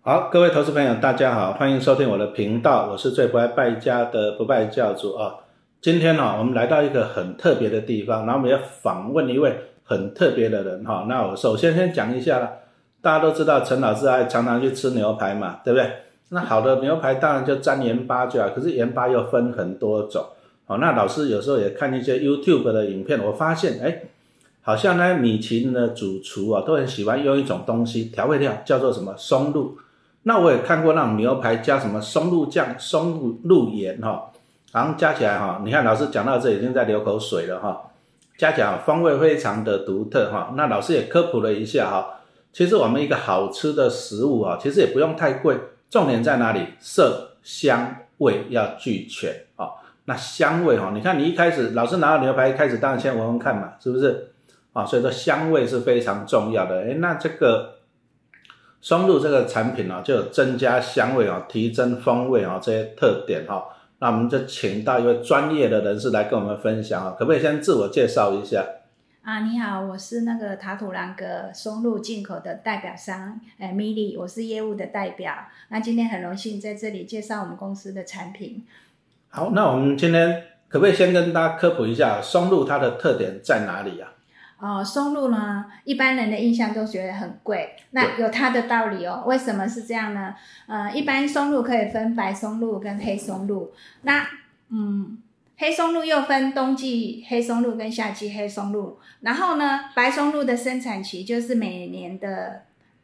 好，各位投资朋友大家好，欢迎收听我的频道，我是最不爱败家的不败教主今天我们来到一个很特别的地方，然后我们要访问一位很特别的人那我首先讲一下啦，大家都知道陈老师常常去吃牛排嘛，对不对？那好的牛排当然就沾盐巴就好，可是盐巴又分很多种那老师有时候也看一些 YouTube 的影片，我发现好像呢米其林的主厨都很喜欢用一种东西调味料，叫做什么松露。那我也看过那种牛排加什么松露酱、松露盐好像加起来你看老师讲到这已经在流口水了加起来风味非常的独特那老师也科普了一下其实我们一个好吃的食物其实也不用太贵，重点在哪里？色香味要俱全那香味你看你一开始老师拿到牛排一开始当然先闻闻看嘛，是不是所以说香味是非常重要的那这个松露这个产品就有增加香味提升风味这些特点那我们就请到一位专业的人士来跟我们分享可不可以先自我介绍一下？ 你好，我是那个塔土朗格松露进口的代表商Milly， 我是业务的代表。那今天很荣幸在这里介绍我们公司的产品。 好，那我们今天可不可以先跟大家科普一下松露它的特点在哪里松露呢，一般人的印象都觉得很贵，那有它的道理为什么是这样呢？一般松露可以分白松露跟黑松露，那黑松露又分冬季黑松露跟夏季黑松露，然后呢，白松露的生产期就是每年的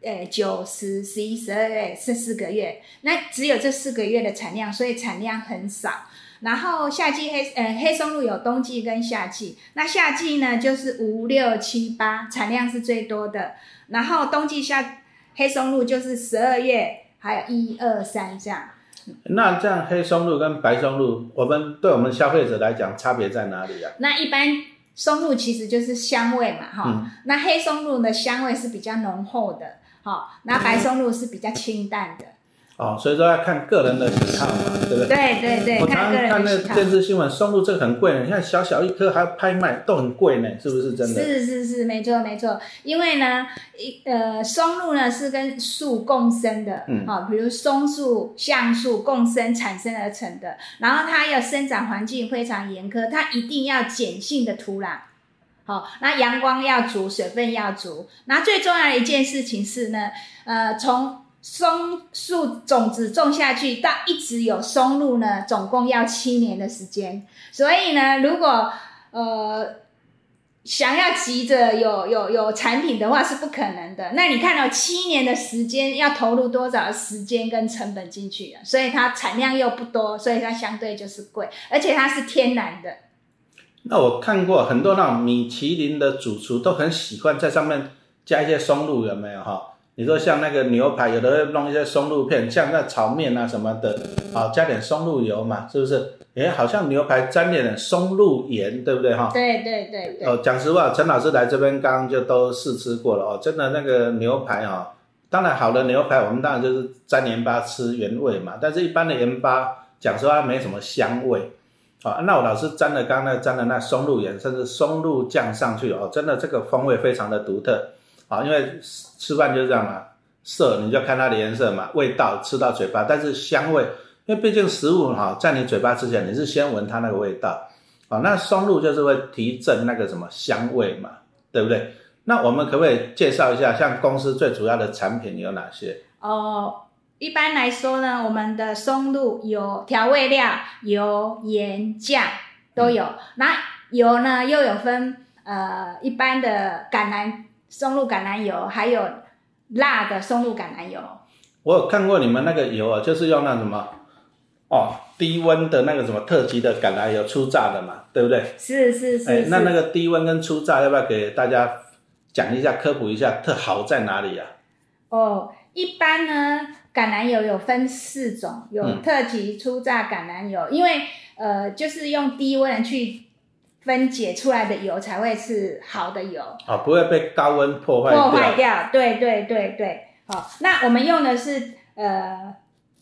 9、10、11、12月是4个月，那只有这4个月的产量，所以产量很少。然后夏季黑松露有冬季跟夏季，那夏季呢就是5、6、7、8产量是最多的，然后冬季黑松露就是12月还有1、2、3这样。 那这样黑松露跟白松露对我们消费者来讲差别在哪里那一般松露其实就是香味嘛那黑松露的香味是比较浓厚的那白松露是比较清淡的所以说要看个人的喜好嘛，对不对？ 对， 我常常看那电视新闻，松露这个很贵呢，你看小小一颗还要拍卖，都很贵呢，是不是真的？ 是，没错，因为呢，松露呢是跟树共生的，比如松树、橡树共生产生而成的，然后它有生长环境非常严苛，它一定要碱性的土壤。那阳光要足，水分要足，那最重要的一件事情是呢，从松树种子种下去到一直有松露呢，总共要7年的时间。所以呢，如果想要急着有产品的话是不可能的。那你看到7年的时间要投入多少时间跟成本进去所以它产量又不多，所以它相对就是贵，而且它是天然的。 那我看过很多那种米其林的主厨都很喜欢在上面加一些松露，有没有你说像那个牛排，有的会弄一些松露片，像那炒面什么的加点松露油嘛，是不是？好像牛排沾点松露盐，对不对对。 讲实话，陈老师来这边刚刚就都试吃过了真的那个牛排当然好的牛排我们当然就是沾盐巴吃原味嘛，但是一般的盐巴讲实话没什么香味那我老师沾了那松露盐甚至松露酱上去真的这个风味非常的独特因为吃饭就是这样嘛，色你就看它的颜色嘛，味道吃到嘴巴，但是香味，因为毕竟食物在你嘴巴之前你是先闻它那个味道那松露就是会提振那个什么香味嘛，对不对？那我们可不可以介绍一下像公司最主要的产品有哪些？ 一般来说呢，我们的松露有调味料，油、盐、酱都有。那油呢又有分一般的松露橄榄油，还有辣的松露橄榄油。 我有看过你们那个油就是用那什么低温的那个什么特级的橄榄油初榨的嘛，对不对？ 是。 那个低温跟初榨要不要给大家讲一下科普一下特好在哪里一般呢橄榄油有分4种，有特级、初榨橄榄油，因为就是用低温去分解出来的油才会是好的油不会被高温破坏掉。 对。那我们用的是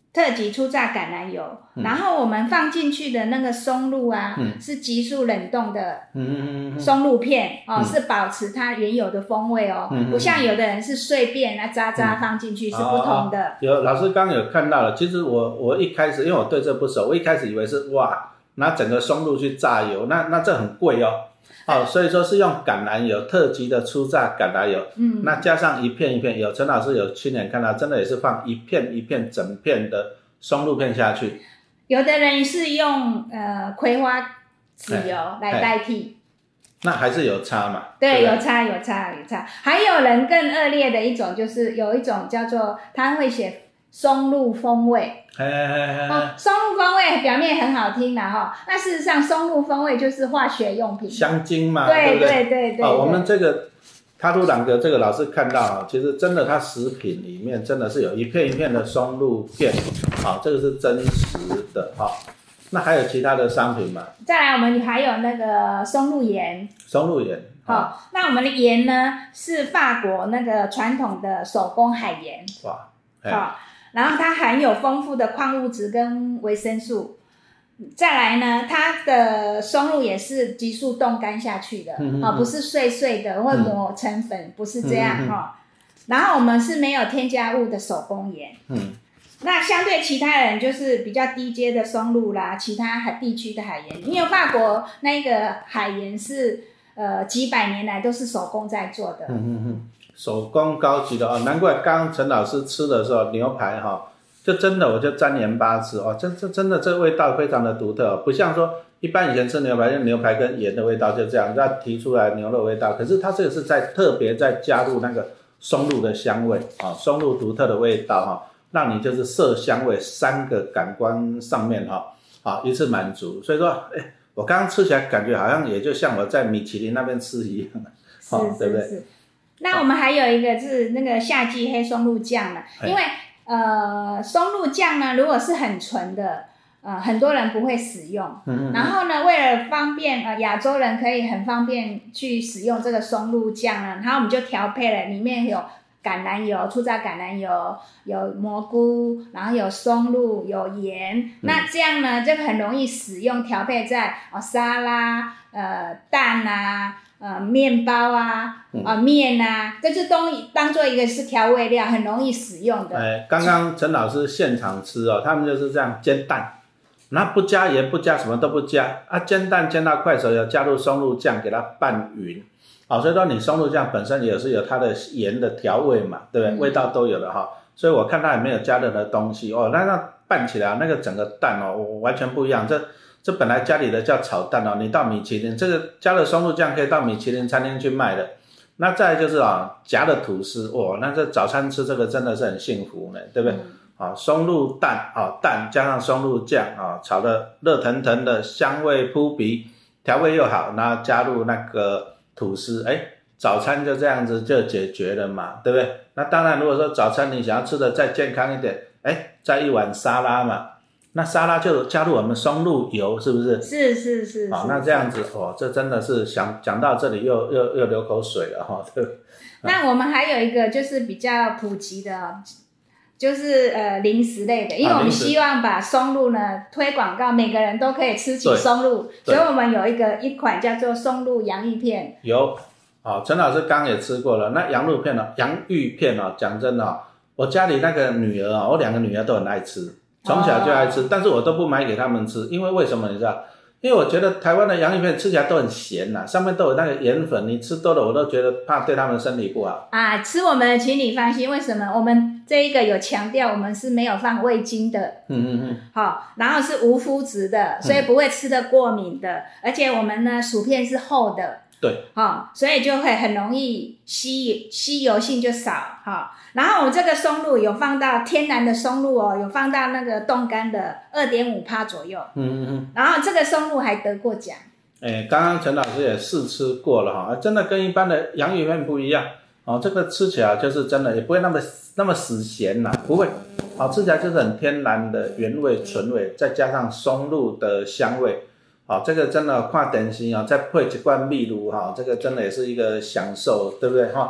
特级初榨橄榄油，然后我们放进去的那个松露啊，是急速冷冻的松露片是保持它原有的风味不像有的人是碎片渣渣放进去是不同的。 有老师刚刚有看到了，其实我一开始因为我对这不熟，我一开始以为是哇拿整个松露去榨油，那这很贵所以说是用橄榄油，特级的初榨橄榄油，那加上一片一片，有陈老师有亲眼看到，真的也是放一片一片整片的松露片下去。 有的人是用葵花籽油来代替， 那还是有差嘛？ 对，有差。还有人更恶劣的一种，就是有一种叫做他会写松露风味。松露风味表面很好听啦那事实上松露风味就是化学用品， 香精嘛， 对不对？ 对我们这个塔图朗格这个老师看到其实真的它食品里面真的是有一片一片的松露片这个是真实的那还有其他的商品吗？ 再来我们还有那个松露盐。那我们的盐呢是法国那个传统的手工海盐。然后它含有丰富的矿物质跟维生素。再来呢，它的松露也是急速冻干下去的不是碎碎的或磨成粉不是这样然后我们是没有添加物的手工盐那相对其他人就是比较低阶的松露啦，其他地区的海盐，因为法国那个海盐是几百年来都是手工在做的手工高级的难怪刚刚陈老师吃的时候牛排就真的我就沾盐巴吃这真的这味道非常的独特不像说一般以前吃牛排，牛排跟盐的味道就这样，它提出来牛肉味道，可是它这个是特别再加入那个松露的香味松露独特的味道让你就是色香味3个感官上面一次满足，所以说我刚刚吃起来感觉好像也就像我在米其林那边吃一样对不对？ 是。那我们还有一个是那个夏季黑松露酱了，因为松露酱呢如果是很纯的很多人不会使用然后呢为了方便亚洲人可以很方便去使用这个松露酱呢，然后我们就调配了，里面有橄榄油，初榨橄榄油，有蘑菇，然后有松露，有盐那这样呢就很容易使用，调配在沙拉蛋面包面这就当做一个是调味料，很容易使用的刚刚陈老师现场吃他们就是这样煎蛋，然后不加盐不加什么都不加煎蛋煎到快熟，有加入松露酱给它拌匀所以说你松露酱本身也是有它的盐的调味嘛，对不对？味道都有的所以我看它也没有加任何东西那拌起来那个整个蛋完全不一样，这本来家里的叫炒蛋你到米其林这个加了松露酱可以到米其林餐厅去卖的。那再来就是夹的吐司那这早餐吃这个真的是很幸福呢，对不对？松露蛋蛋加上松露酱炒的热腾腾的，香味扑鼻，调味又好，然后加入那个吐司早餐就这样子就解决了嘛，对不对？那当然如果说早餐你想要吃的再健康一点再一碗沙拉嘛，那沙拉就加入我们松露油，是不是？ 是那这样子这真的是讲到这里又流口水了对。 那我们还有一个就是比较普及的就是零食类的，因为我们希望把松露呢推广到每个人都可以吃起松露，所以我们有一款叫做松露洋芋片。 有陈老师刚也吃过了。那洋芋片讲真的我家里那个女儿我2个女儿都很爱吃，从小就爱吃但是我都不买给他们吃，因为什么你知道？因为我觉得台湾的洋芋片吃起来都很咸上面都有那个盐粉，你吃多了我都觉得怕对他们身体不好吃我们的请你放心，为什么？我们这一个有强调我们是没有放味精的然后是无麸质的，所以不会吃得过敏的而且我们呢薯片是厚的， 对所以就会很容易吸油性就少然后我这个松露有放到天然的松露有放到那个冻干的 2.5% 左右然后这个松露还得过奖刚刚陈老师也试吃过了真的跟一般的洋芋片不一样这个吃起来就是真的也不会那么死咸不会吃起来就是很天然的原味纯味，再加上松露的香味这个真的看电视再配一罐秘鲁这个真的也是一个享受，对不对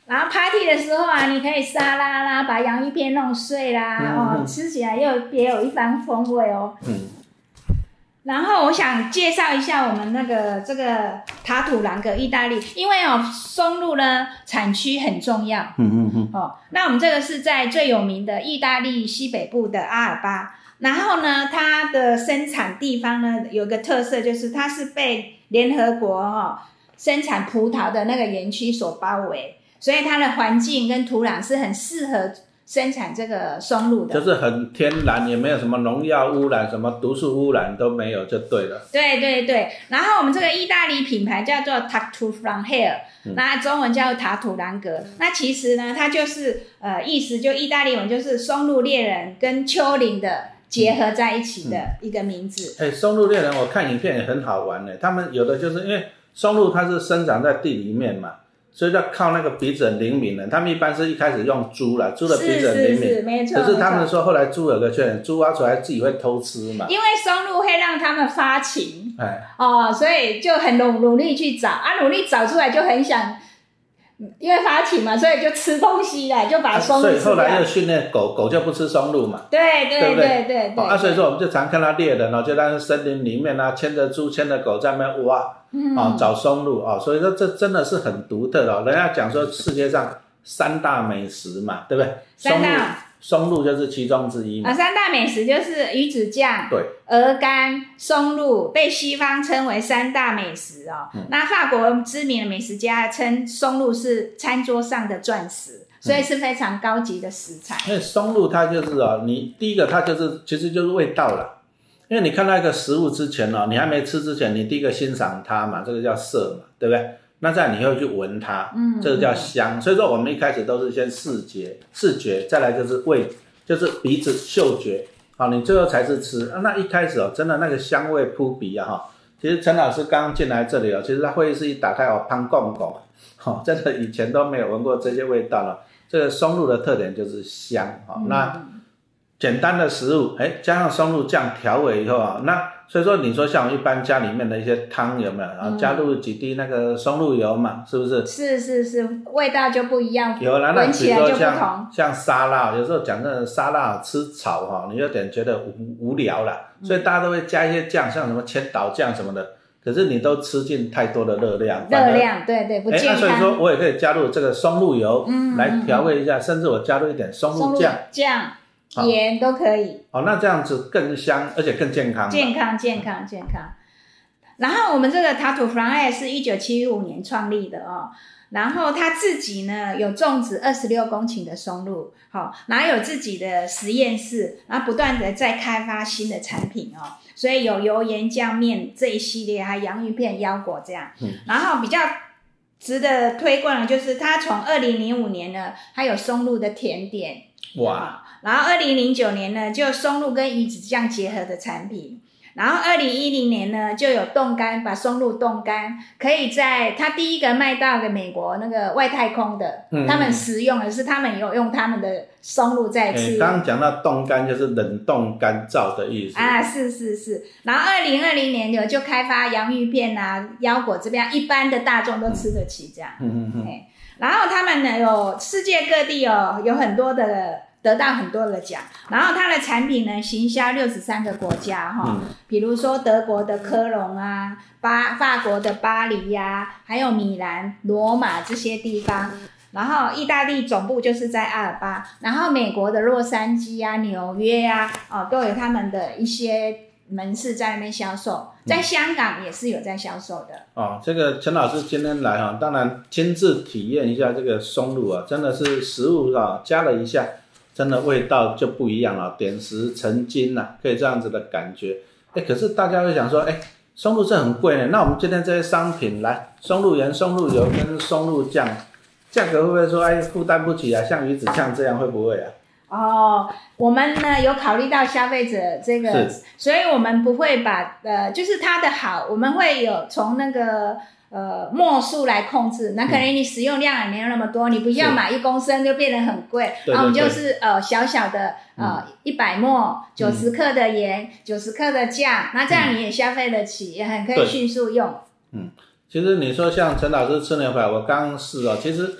然后 party 的时候啊，你可以沙拉啦，把洋芋片弄碎啦，吃起来又别有一番风味哦。然后我想介绍一下我们这个塔土朗格意大利，因为松露呢产区很重要。那我们这个是在最有名的意大利西北部的阿尔巴，然后呢，它的生产地方呢有个特色，就是它是被联合国生产葡萄的那个园区所包围，所以它的环境跟土壤是很适合生产这个松露的， 就是很天然，也没有什么农药污染，什么毒素污染都没有，就对了。 对对对，然后我们这个意大利品牌叫做 Tartufranher，那中文叫塔土朗格。那其实呢，它就是意思就意大利文就是松露猎人跟丘陵的结合在一起的一个名字。 松露猎人我看影片也很好玩的，他们有的就是因为松露它是生长在地里面嘛，所以要靠那个鼻子很灵敏的，他们一般是一开始用猪啦，猪的鼻子很灵敏， 是没错。 可是他们说后来猪有个缺点，猪挖出来自己会偷吃嘛， 因为松露会让他们发情，所以就很努力去找努力找出来就很想，因为发情嘛，所以就吃东西了，就把松露吃掉。 所以后来又训练狗，狗就不吃松露嘛， 对不对？所以说我们就常看到猎人就在森林里面牵着猪牵着狗在那边挖找松露所以说这真的是很独特的人家讲说世界上3大美食嘛，对不对？松露就是其中之一嘛。 3大美食就是鱼子酱、 对、 鹅肝、松露，被西方称为3大美食那法国知名的美食家称松露是餐桌上的钻石，所以是非常高级的食材。 因为松露它就是你第一个它就是其实就是味道啦。因为你看到一个食物之前你还没吃之前，你第一个欣赏它嘛，这个叫色嘛，对不对？那再来你会去闻它，这个叫香。所以说我们一开始都是先视觉，再来就是味，就是鼻子嗅觉，你最后才是吃。那一开始真的那个香味扑鼻其实陈老师刚刚进来这里其实他会议室一打开香公公真的以前都没有闻过这些味道了。这个松露的特点就是香那简单的食物加上松露酱调味以后那所以说你说像我一般家里面的一些汤有没有然后加入几滴那个松露油嘛，是不是？ 是，味道就不一样， 有了。那闻起来就不同。 像沙拉，有时候讲真的沙拉吃炒你有点觉得无聊啦，所以大家都会加一些酱，像什么千岛酱什么的，可是你都吃进太多的热量， 对不健康。 那所以说我也可以加入这个松露油来调味一下，甚至我加入一点松露酱盐都可以那这样子更香而且更健康。 健康。然后我们这个塔土弗朗埃是1975年创立的然后他自己呢有种植26公顷的松露然后有自己的实验室，然后不断的在开发新的产品所以有油盐酱面这一系列，还有洋芋片、腰果这样然后比较值得推广的就是他从2005年呢他有松露的甜点然后2009年呢就松露跟鱼子酱结合的产品，然后2010年呢就有冻干，把松露冻干，可以在他第一个卖到的美国那个外太空的他们食用的是他们有用他们的松露在吃刚刚讲到冻干就是冷冻干燥的意思是。然后2020年就开发洋芋片腰果这边一般的大众都吃得起这样然后他们呢有世界各地有很多的得到很多的奖，然后它的产品呢行销63个国家比如说德国的科隆法国的巴黎还有米兰、罗马这些地方，然后意大利总部就是在阿尔巴，然后美国的洛杉矶纽约都有他们的一些门市在那边销售，在香港也是有在销售的这个陈老师今天来当然亲自体验一下这个松露真的是食物加了一下真的味道就不一样了，点石成金可以这样子的感觉可是大家会想说松露这很贵呢，那我们今天这些商品来松露盐、松露油跟松露酱价格会不会说负担不起像鱼子酱这样会不会我们呢有考虑到消费者这个，所以我们不会把就是它的好，我们会有从那个末数来控制，那可能你使用量也没有那么多，你不要买1公升就变得很贵，然后我们就是小小的100末90克的盐90克的酱，那这样你也消费得起，也很可以迅速用。 其实你说像陈老师吃牛排，我刚试其实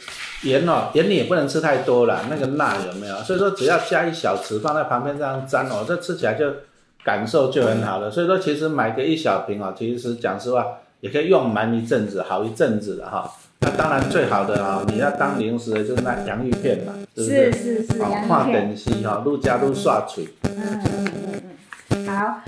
盐盐你也不能吃太多啦，那个辣有没有？所以说只要加1小匙放在旁边这样沾这吃起来就感受就很好了。所以说其实买个1小瓶其实讲实话也可以用蛮一阵子，好一阵子的那当然最好的你要当零食的就是那洋芋片嘛，是不是？ 是洋芋片。 看电视愈加愈刷嘴。 好，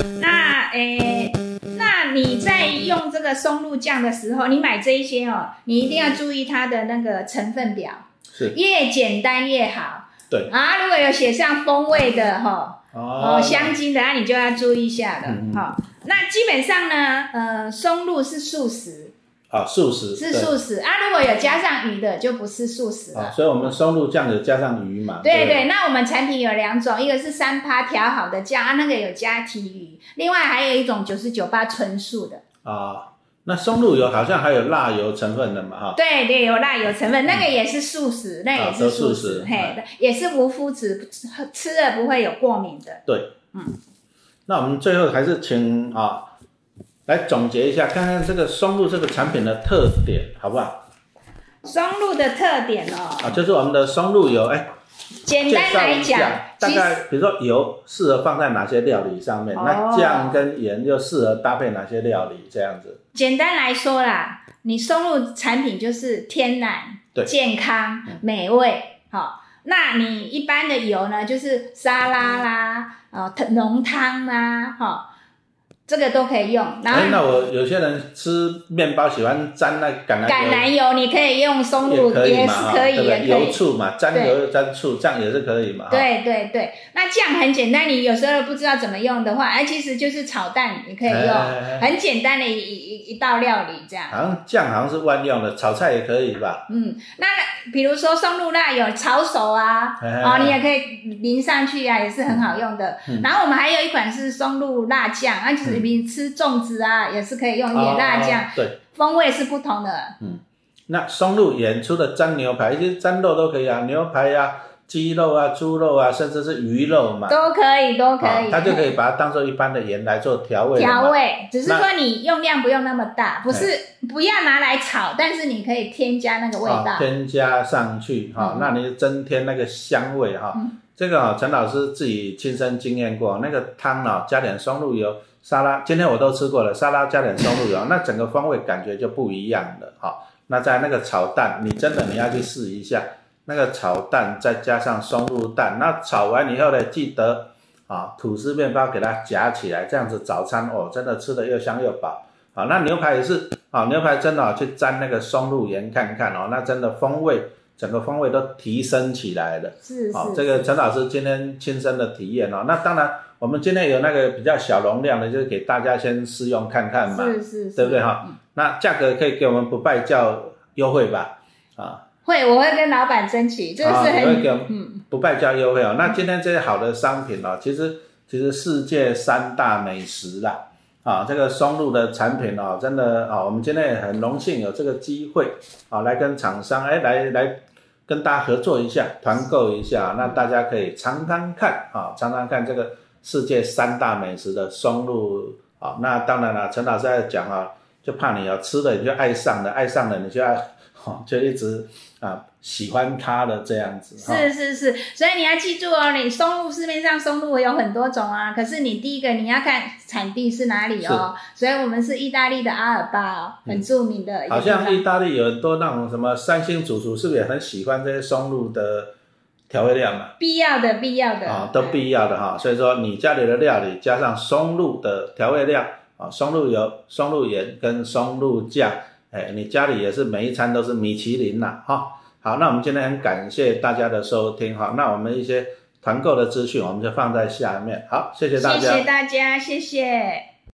那你在用这个松露酱的时候，你买这一些你一定要注意它的那个成分表， 是越简单越好。 对啊，如果有写上风味的香精的，你就要注意一下了。那基本上呢，松露是素食。 素食是素食如果有加上鱼的就不是素食了。 所以我们松露酱有加上鱼嘛？ 对，那我们产品有2种，一个是3%调好的酱那个有加提鱼，另外还有一种99%纯素的。 那松露油好像还有辣油成分的嘛？ 对，有辣油成分，那个也是素食，那也是素食，也是无麸质，吃了不会有过敏的。 对，那我们最后还是请来总结一下，看看这个松露这个产品的特点，好不好？ 松露的特点就是我们的松露油， 简单来讲， 大概比如说油适合放在哪些料理上面，那酱跟盐又适合搭配哪些料理，这样子。简单来说啦，你松露产品就是天然、健康、美味，那你一般的油呢，就是沙拉啦、浓汤啦，这个都可以用。然后那我有些人吃面包喜欢沾那橄榄油，你可以用松露也是可以， 对，油醋嘛，沾油沾醋，这样也是可以嘛。 对，那酱很简单，你有时候不知道怎么用的话，其实就是炒蛋也可以用，很简单的一道料理这样。 好像酱好像是万用的，炒菜也可以吧？ 那比如说松露辣有炒手你也可以淋上去也是很好用的。然后我们还有一款是松露辣酱，就是你吃粽子也是可以用野辣酱， 对， 风味是不同的。 那松露盐除了沾牛排，其实沾肉都可以牛排鸡肉猪肉甚至是鱼肉嘛， 都可以。 它就可以把它当做一般的盐来做调味。 只是说你用量不用那么大，不要拿来炒，但是你可以添加那个味道， 添加上去那你增添那个香味这个陈老师自己亲身经验过，那个汤加点松露油，沙拉今天我都吃过了，沙拉加点松露油，那整个风味感觉就不一样了那在那个炒蛋，你要去试一下，那个炒蛋再加上松露蛋，那炒完以后呢，记得吐司面包给它夹起来，这样子早餐真的吃得又香又饱那牛排也是牛排真的去沾那个松露盐看看那真的整个风味都提升起来了。 是这个陈老师今天亲身的体验那当然我们今天有那个比较小容量的，就是给大家先试用看看嘛， 是对不对那价格可以给我们不败教优惠吧？ 我会跟老板争取，这个是很会给不败教优惠那今天这些好的商品其实世界3大美食啦这个松露的产品真的我们今天也很荣幸有这个机会来跟厂商来跟大家合作一下，团购一下，那大家可以尝尝看这个世界3大美食的松露那当然了，陈老师在讲就怕你吃了你就爱上了你就要就一直喜欢它的这样子。 是，所以你要记住你松露市面上松露有很多种可是你第一个你要看产地是哪里所以我们是意大利的阿尔巴很著名的。 好像意大利有很多那种什么3星主厨，是不是也很喜欢这些松露的调味料嘛？ 必要的都必要的所以说你家里的料理加上松露的调味料松露油、松露盐跟松露酱，你家里也是每一餐都是米其林啦好，那我们今天很感谢大家的收听那我们一些团购的资讯我们就放在下面。好，谢谢大家， 谢谢大家，谢谢。